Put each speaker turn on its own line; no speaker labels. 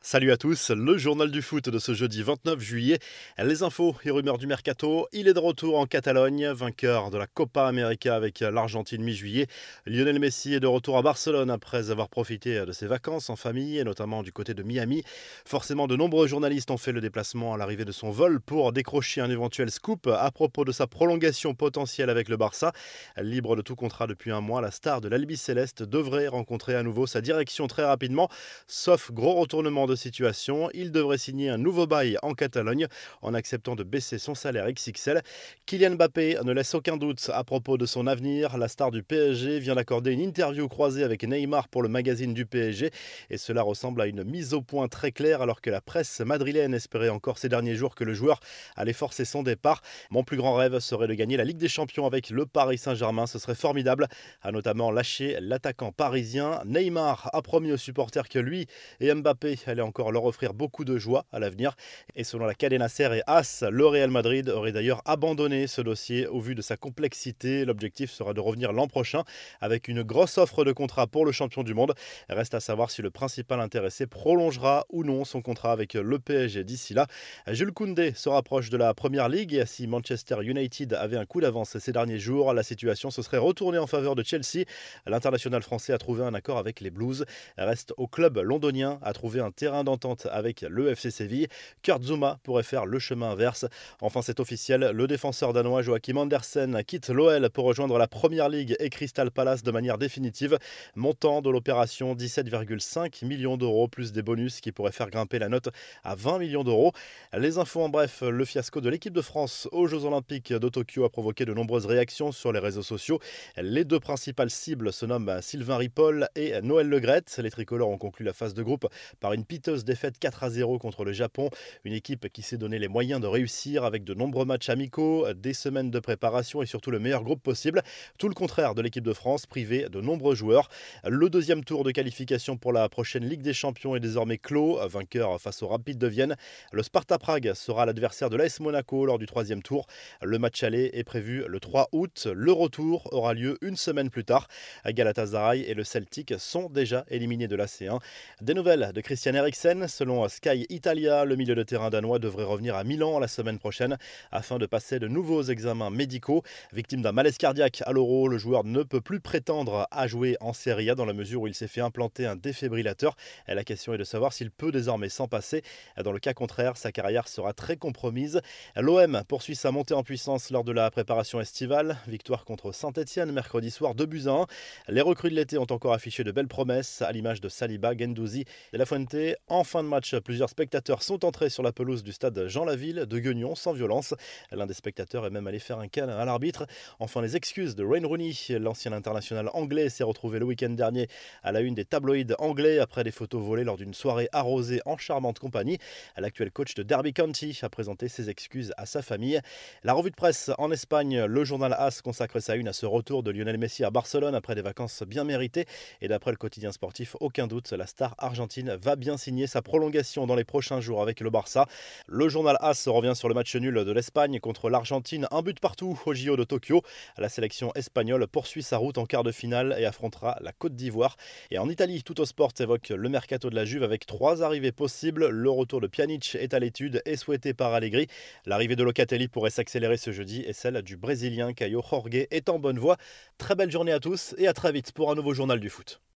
Salut à tous, le journal du foot de ce jeudi 29 juillet. Les infos et rumeurs du mercato. Il est de retour en Catalogne, vainqueur de la Copa América avec l'Argentine mi-juillet. Lionel Messi est de retour à Barcelone après avoir profité de ses vacances en famille, et notamment du côté de Miami. Forcément, de nombreux journalistes ont fait le déplacement à l'arrivée de son vol pour décrocher un éventuel scoop à propos de sa prolongation potentielle avec le Barça. Libre de tout contrat depuis un mois, la star de l'Albi Céleste devrait rencontrer à nouveau sa direction très rapidement. Sauf gros retournement de situation, il devrait signer un nouveau bail en Catalogne en acceptant de baisser son salaire XXL. Kylian Mbappé ne laisse aucun doute à propos de son avenir. La star du PSG vient d'accorder une interview croisée avec Neymar pour le magazine du PSG et cela ressemble à une mise au point très claire alors que la presse madrilène espérait encore ces derniers jours que le joueur allait forcer son départ. Mon plus grand rêve serait de gagner la Ligue des Champions avec le Paris Saint-Germain, ce serait formidable, a notamment lâché l'attaquant parisien. Neymar a promis aux supporters que lui et Mbappé allait encore leur offrir beaucoup de joie à l'avenir. Et selon la Cadena Ser et AS, le Real Madrid aurait d'ailleurs abandonné ce dossier au vu de sa complexité. L'objectif sera de revenir l'an prochain avec une grosse offre de contrat pour le champion du monde. Reste à savoir si le principal intéressé prolongera ou non son contrat avec le PSG d'ici là. Jules Koundé se rapproche de la Première Ligue et si Manchester United avait un coup d'avance ces derniers jours, la situation se serait retournée en faveur de Chelsea. L'international français a trouvé un accord avec les Blues. Reste au club londonien à trouver un terrain d'entente avec le FC Séville. Kurt Zouma pourrait faire le chemin inverse. Enfin, c'est officiel, le défenseur danois Joachim Andersen quitte l'OL pour rejoindre la Première Ligue et Crystal Palace de manière définitive. Montant de l'opération 17,5 millions d'euros plus des bonus qui pourraient faire grimper la note à 20 millions d'euros. Les infos en bref, le fiasco de l'équipe de France aux Jeux Olympiques de Tokyo a provoqué de nombreuses réactions sur les réseaux sociaux. Les deux principales cibles se nomment Sylvain Ripoll et Noël Le Graët. Les tricolores ont conclu la phase de groupe par une piteuse défaite 4-0 contre le Japon. Une équipe qui s'est donné les moyens de réussir avec de nombreux matchs amicaux, des semaines de préparation et surtout le meilleur groupe possible. Tout le contraire de l'équipe de France, privée de nombreux joueurs. Le deuxième tour de qualification pour la prochaine Ligue des Champions est désormais clos. Vainqueur face au Rapid de Vienne. Le Sparta Prague sera l'adversaire de l'AS Monaco lors du troisième tour. Le match aller est prévu le 3 août. Le retour aura lieu une semaine plus tard. Galatasaray et le Celtic sont déjà éliminés de la C1. Des nouvelles de Christian Eriksen. Selon Sky Italia, le milieu de terrain danois devrait revenir à Milan la semaine prochaine afin de passer de nouveaux examens médicaux. Victime d'un malaise cardiaque à l'Euro, le joueur ne peut plus prétendre à jouer en Serie A dans la mesure où il s'est fait implanter un défibrillateur. La question est de savoir s'il peut désormais s'en passer. Dans le cas contraire, sa carrière sera très compromise. L'OM poursuit sa montée en puissance lors de la préparation estivale. Victoire contre Saint-Etienne mercredi soir 2-1. Les recrues de l'été ont encore affiché de belles promesses, à l'image de Saliba, Guendouzi et La Fuente. En fin de match, plusieurs spectateurs sont entrés sur la pelouse du stade Jean-Laville de Guignon sans violence. L'un des spectateurs est même allé faire un câlin à l'arbitre. Enfin, les excuses de Wayne Rooney, l'ancien international anglais, s'est retrouvé le week-end dernier à la une des tabloïds anglais après des photos volées lors d'une soirée arrosée en charmante compagnie. L'actuel coach de Derby County a présenté ses excuses à sa famille. La revue de presse en Espagne, le journal AS consacre sa une à ce retour de Lionel Messi à Barcelone après des vacances bien méritées. Et d'après le quotidien sportif, aucun doute, la star argentine va bien signer sa prolongation dans les prochains jours avec le Barça. Le journal AS revient sur le match nul de l'Espagne contre l'Argentine, un but partout au JO de Tokyo. La sélection espagnole poursuit sa route en quart de finale et affrontera la Côte d'Ivoire. Et en Italie, Tuttosport évoque le mercato de la Juve avec 3 arrivées possibles. Le retour de Pjanic est à l'étude et souhaité par Allegri. L'arrivée de Locatelli pourrait s'accélérer ce jeudi et celle du Brésilien Caio Jorge est en bonne voie. Très belle journée à tous et à très vite pour un nouveau journal du foot.